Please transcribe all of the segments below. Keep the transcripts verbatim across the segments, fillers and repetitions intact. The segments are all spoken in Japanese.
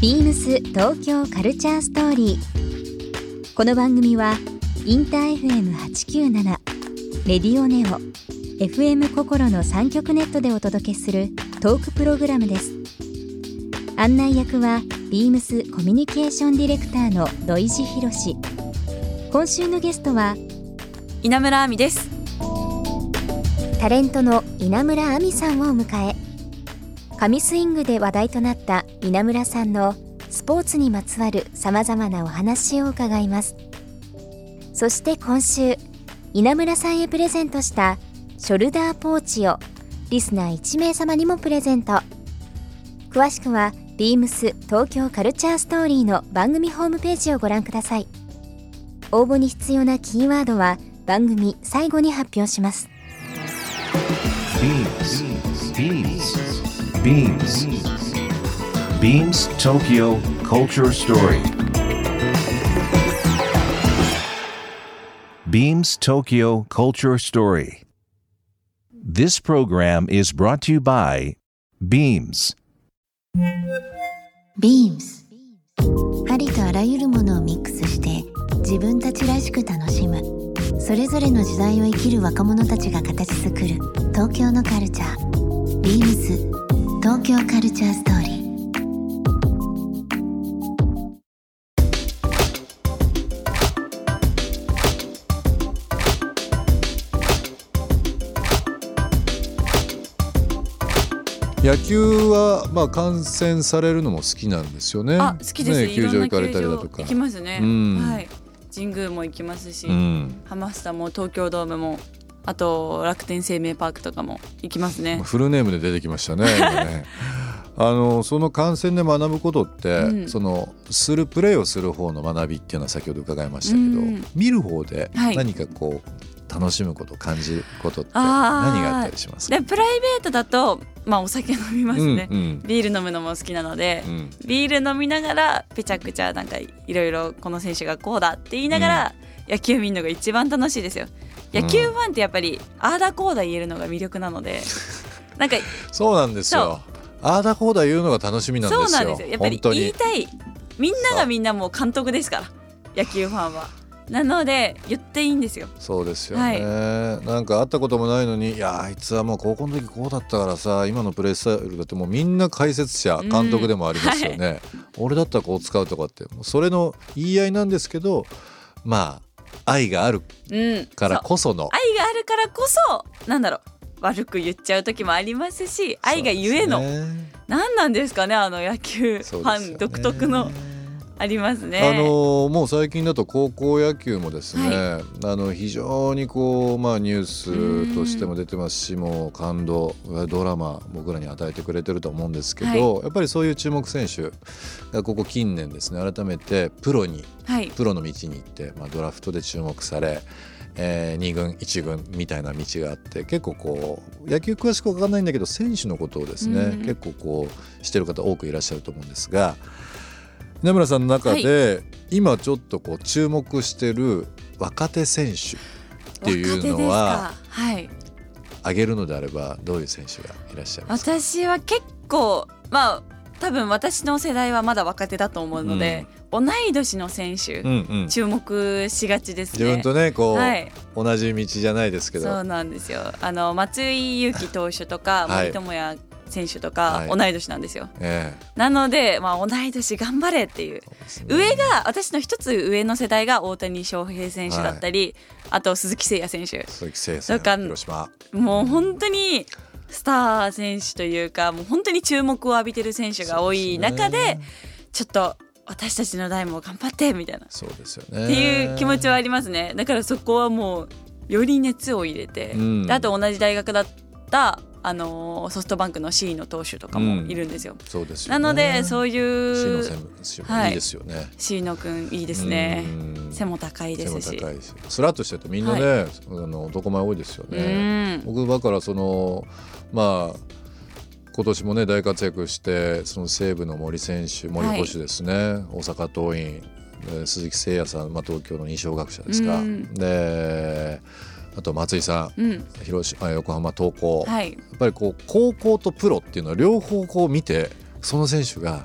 ビームス東京カルチャーストーリー。この番組はインター エフエムはちきゅうなな、レディオネオ、エフエム 心のさん局ネットでお届けするトークプログラムです。案内役はビームスコミュニケーションディレクターの土井博志。今週のゲストは稲村亜美です。 タレントの稲村亜美さんをお迎え、神スイングで話題となった稲村さんのスポーツにまつわるさまざまなお話を伺います。そして今週、稲村さんへプレゼントしたショルダーポーチをリスナーいち名様にもプレゼント。詳しくはビームス東京カルチャーストーリーの番組ホームページをご覧ください。応募に必要なキーワードは番組最後に発表します。 ビームス ビームス ビームス Tokyo Culture Story Beams Tokyo Culture Story. This program is brought to you by Beams. Beams ありとあらゆるものをミックスして自分たちらしく楽しむ、それぞれの時代を生きる若者たちが形作る東京のカルチャー。 Beams 東京カルチャーストーリー。 野球はまあ観戦されるのも好きなんですよね。 あ、好きですね。 ね、球場行かれたりだとか。 行きますね、うん、はい。神宮も行きますし、うん、ハマスタも東京ドームも、あと楽天生命パークとかも行きますね。 フルネームで出てきましたね今ねあのその観戦で学ぶことって、うん、そのするプレーをする方の学びっていうのは先ほど伺いましたけど、うん、見る方で何かこう、はい、楽しむこと、感じることって何があったりしますか？ でプライベートだと、まあ、お酒飲みますね、うんうん、ビール飲むのも好きなので、うん、ビール飲みながらぺちゃくちゃなんかいろいろこの選手がこうだって言いながら、うん、野球見るのが一番楽しいですよ。野球ファンってやっぱりあーだこーだ言えるのが魅力なのでなんかそうなんですよ。あーだこーだ言うのが楽しみなんですよ。 そうなんですよ。やっぱり言いたい、みんながみんなもう監督ですから野球ファンは。なので言っていいんですよ。 そうですよね、はい、なんか会ったこともないのに、いやあいつはもう高校の時こうだったからさ、今のプレースタイルだってもうみんな解説者監督でもありますよね、うんはい、俺だったらこう使うとかって、もうそれの言い合いなんですけど、まあ愛があるからこその、 うん、愛があるからこそなんだろう、悪く言っちゃう時もありますし、愛がゆえの、何なんですかね、あの野球ファン独特のありますね。 あのもう最近だと高校野球もですね、はい、あの非常にこう、まあ、ニュースとしても出てますし、もう感動ドラマ僕らに与えてくれてると思うんですけど、はい、やっぱりそういう注目選手がここ近年ですね、改めてプロに、はい、プロの道に行って、まあ、ドラフトで注目され、えー、に軍いち軍みたいな道があって、結構こう野球詳しく分かんないんだけど選手のことをですね、結構こうしてる方多くいらっしゃると思うんですが、稲村さんの中で、はい、今ちょっとこう注目してる若手選手っていうのは、はい、挙げるのであればどういう選手がいらっしゃいますか？ 私は結構、まあ多分私の世代はまだ若手だと思うので、うん、同い年の選手、うんうん、注目しがちですね。 自分とねこう、はい、同じ道じゃないですけど。 そうなんですよ。あの松井裕樹投手とか森友哉選手とか同い年なんですよ、はいえー、なので、まあ、同い年頑張れっていう、う、ね、上が私の一つ上の世代が大谷翔平選手だったり、はい、あと鈴木誠也選手、 鈴木誠也さんとか広島、 もう本当にスター選手というか、もう本当に注目を浴びてる選手が多い中 で, で、ね、ちょっと私たちの代も頑張ってみたいな、 そうですよね、 っていう気持ちはありますね。だからそこはもうより熱を入れて、うん、であと同じ大学だったあのソフトバンクの C の投手とかもいるんですよ、うん、 そうですよね。 なのでそういう C の選手いいですよね、はい、 C の君いいですね。背も高いですし、 背も高いしスラッとしてるとみんなね、はい、あの男前多いですよね。僕だからそのまあ今年もね大活躍して、その西武の森選手、森捕手ですね、はい、大阪桐蔭、鈴木誠也さん、まあ、東京の二松学舎ですか、であと松井さん、うん、広島横浜東高、はい、やっぱりこう高校とプロっていうのは両方こう見て、その選手が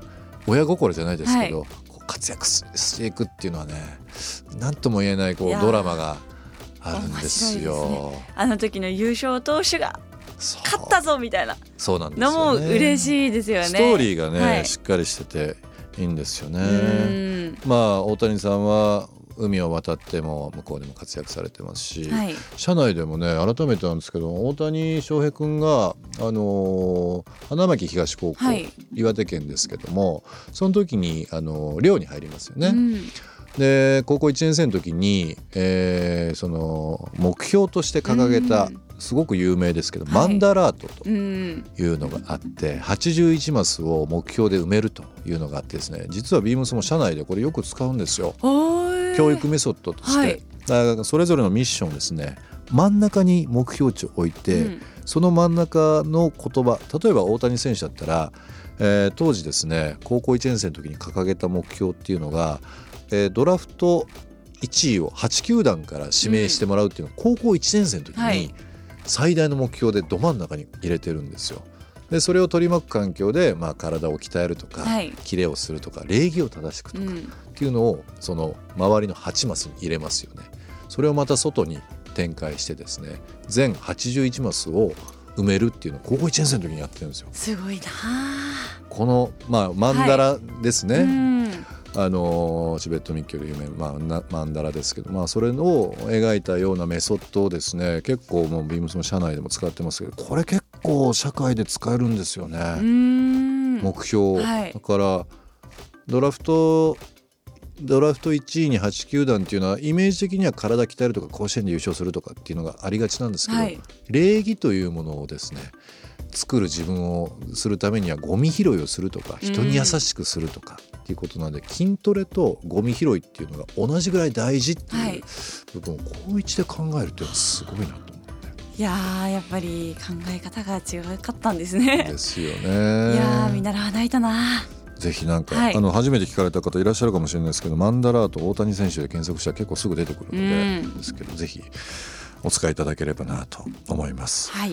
親心じゃないですけど、 はい、 こう活躍していくっていうのはね、なんとも言えないこうドラマがあるんですよ。 面白いですね。あの時の優勝投手が勝ったぞみたいなのも嬉しいですよね。 ストーリーがね、 はい、 しっかりしてていいんですよね。まあ大谷さんは海を渡っても向こうでも活躍されてますし、はい、社内でもね改めてなんですけど、大谷翔平君が、あのー、花巻東高校、はい、岩手県ですけども、その時に、あのー、寮に入りますよね。うん、で高校いちねん生の時に、えー、その目標として掲げた、うんすごく有名ですけど、はい、マンダラートというのがあって、うん、はちじゅういちマスを目標で埋めるというのがあってですね、実はビームスも社内でこれよく使うんですよ。教育メソッドとして、はい、だからそれぞれのミッションをですね、真ん中に目標値を置いて、うん、その真ん中の言葉、例えば大谷選手だったら、えー、当時ですね高校いちねん生の時に掲げた目標っていうのが、えー、ドラフトいちいをはち球団から指名してもらうっていうのを高校いちねん生の時に、はい最大の目標でど真ん中に入れてるんですよ。でそれを取り巻く環境で、まあ、体を鍛えるとか、はい、キレをするとか礼儀を正しくとか、うん、っていうのをその周りのはちマスに入れますよね。それをまた外に展開してですね、全はちじゅういちマスを埋めるっていうのを高校いちねん生の時にやってるんですよ。 すごいな。 この、まあ、マンダラですね、 はいあのチベット密教で有名、まあ、マンダラですけど、まあ、それを描いたようなメソッドをですね結構もうビームスの社内でも使ってますけど、これ結構社会で使えるんですよね。 うーん目標、 はい、 だからドラフトドラフトいちいにはち球団っていうのはイメージ的には体鍛えるとか甲子園で優勝するとかっていうのがありがちなんですけど、はい、礼儀というものをですね作る自分をするためにはゴミ拾いをするとか人に優しくするとかっていうことなんで、筋トレとゴミ拾いっていうのが同じぐらい大事っていう部分を高一で考えるっていうのはすごいなと思って、 いやーやっぱり考え方が違かったんですね。 ですよね。 いやー見習わないとな。 ぜひなんか、 はい、 あの初めて聞かれた方いらっしゃるかもしれないですけど、マンダラート大谷選手で検索したら結構すぐ出てくるので、うん、ですけどぜひお使いいただければなと思います。 はい、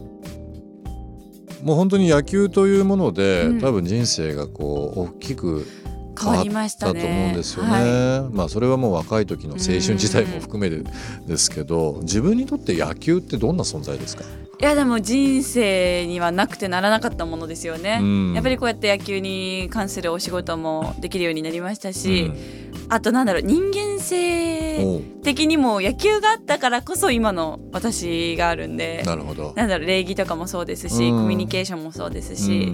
もう本当に野球というもので、うん、多分人生がこう大きく変わったと思うんですよね。はい、まあそれはもう若い時の青春時代も含めてですけど、自分にとって野球ってどんな存在ですか？ いやでも人生にはなくてならなかったものですよね。うん、やっぱりこうやって野球に関するお仕事もできるようになりましたし、うん、あとなんだろう、人間性的にも野球があったからこそ今の私があるんで、 なるほど、 なんだろう、礼儀とかもそうですし、うん、コミュニケーションもそうですし、うん、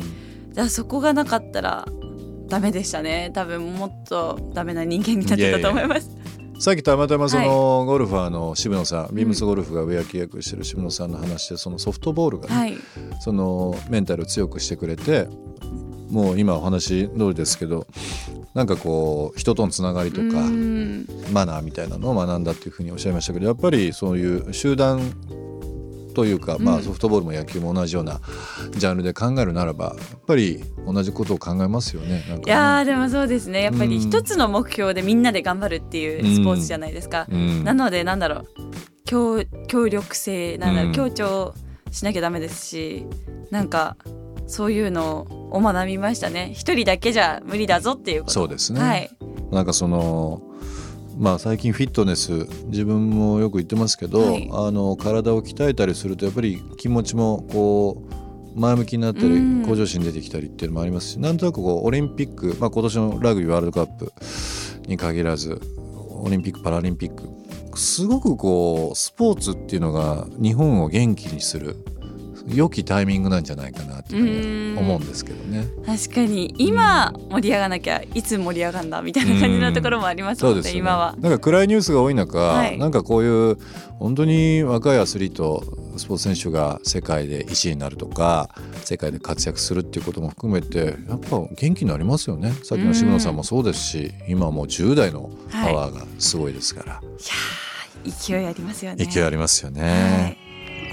だからそこがなかったらダメでしたね。多分もっとダメな人間になってたと思います。いやいやさっきたまたまそのゴルファーの渋野さん、はい、ビームスゴルフが上野契約してる渋野さんの話で、そのソフトボールが、ね、はい、そのメンタルを強くしてくれて、もう今お話通りですけど、なんかこう人とのつながりとかマナーみたいなのを学んだっていうふうにおっしゃいましたけど、やっぱりそういう集団というか、まあ、ソフトボールも野球も同じようなジャンルで考えるならば、やっぱり同じことを考えますよね。なんかね、 いやでもそうですね。やっぱり一つの目標でみんなで頑張るっていうスポーツじゃないですか。うん、なのでなんだろう、 協, 協力性なんだろう、協調しなきゃダメですし、なんかそういうのを学びましたね。一人だけじゃ無理だぞっていうこと。 そうですね。 はい、 なんかそのまあ、最近フィットネス自分もよく言ってますけど、はい、あの体を鍛えたりするとやっぱり気持ちもこう前向きになったり向上心出てきたりっていうのもありますし、なんとなくこうオリンピック、まあ、今年のラグビーワールドカップに限らずオリンピックパラリンピック、すごくこうスポーツっていうのが日本を元気にする良きタイミングなんじゃないかなっていうふうに思うんですけどね。 確かに今盛り上がらなきゃいつ盛り上がるんだみたいな感じのところもありますので、で、ね、今はなんか暗いニュースが多い中、はい、なんかこういう本当に若いアスリートスポーツ選手が世界でいちいになるとか世界で活躍するっていうことも含めてやっぱ元気になりますよね。さっきの渋野さんもそうですし、今もうじゅう代のパワーがすごいですから、はい、 いや勢いありますよね。 勢いありますよね。はい、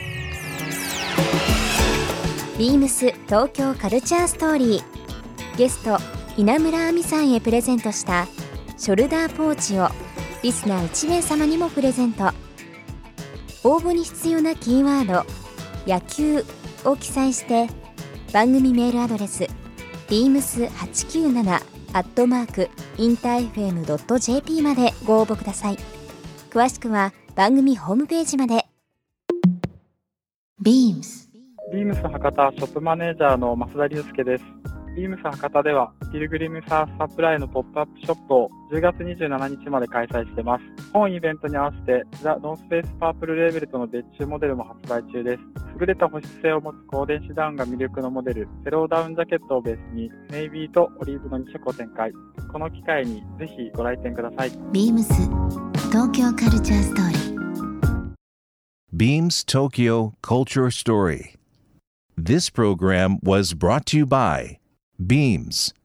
ビームス東京カルチャーストーリー、ゲスト稲村亜美さんへプレゼントしたショルダーポーチをリスナーいち名様にもプレゼント。応募に必要なキーワード野球を記載して番組メールアドレスビームスはちきゅうなな アットマークインターエフエムドットジェーピー までご応募ください。詳しくは番組ホームページまで。 ビームスビームス博多ショップマネージャーの増田隆介です。ビームス博多ではピルグリムサーフサプライのポップアップショップをじゅうがつにじゅうしちにちまで開催しています。本イベントに合わせてザ・ノースフェイスパープルレーベルとの別注モデルも発売中です。優れた保湿性を持つ高電子ダウンが魅力のモデルセローダウンジャケットをベースにネイビーとオリーブのにしょくを展開。この機会にぜひご来店ください。 ビームス東京カルチャーストーリー Beams Tokyo Culture Story. This program was brought to you by Beams.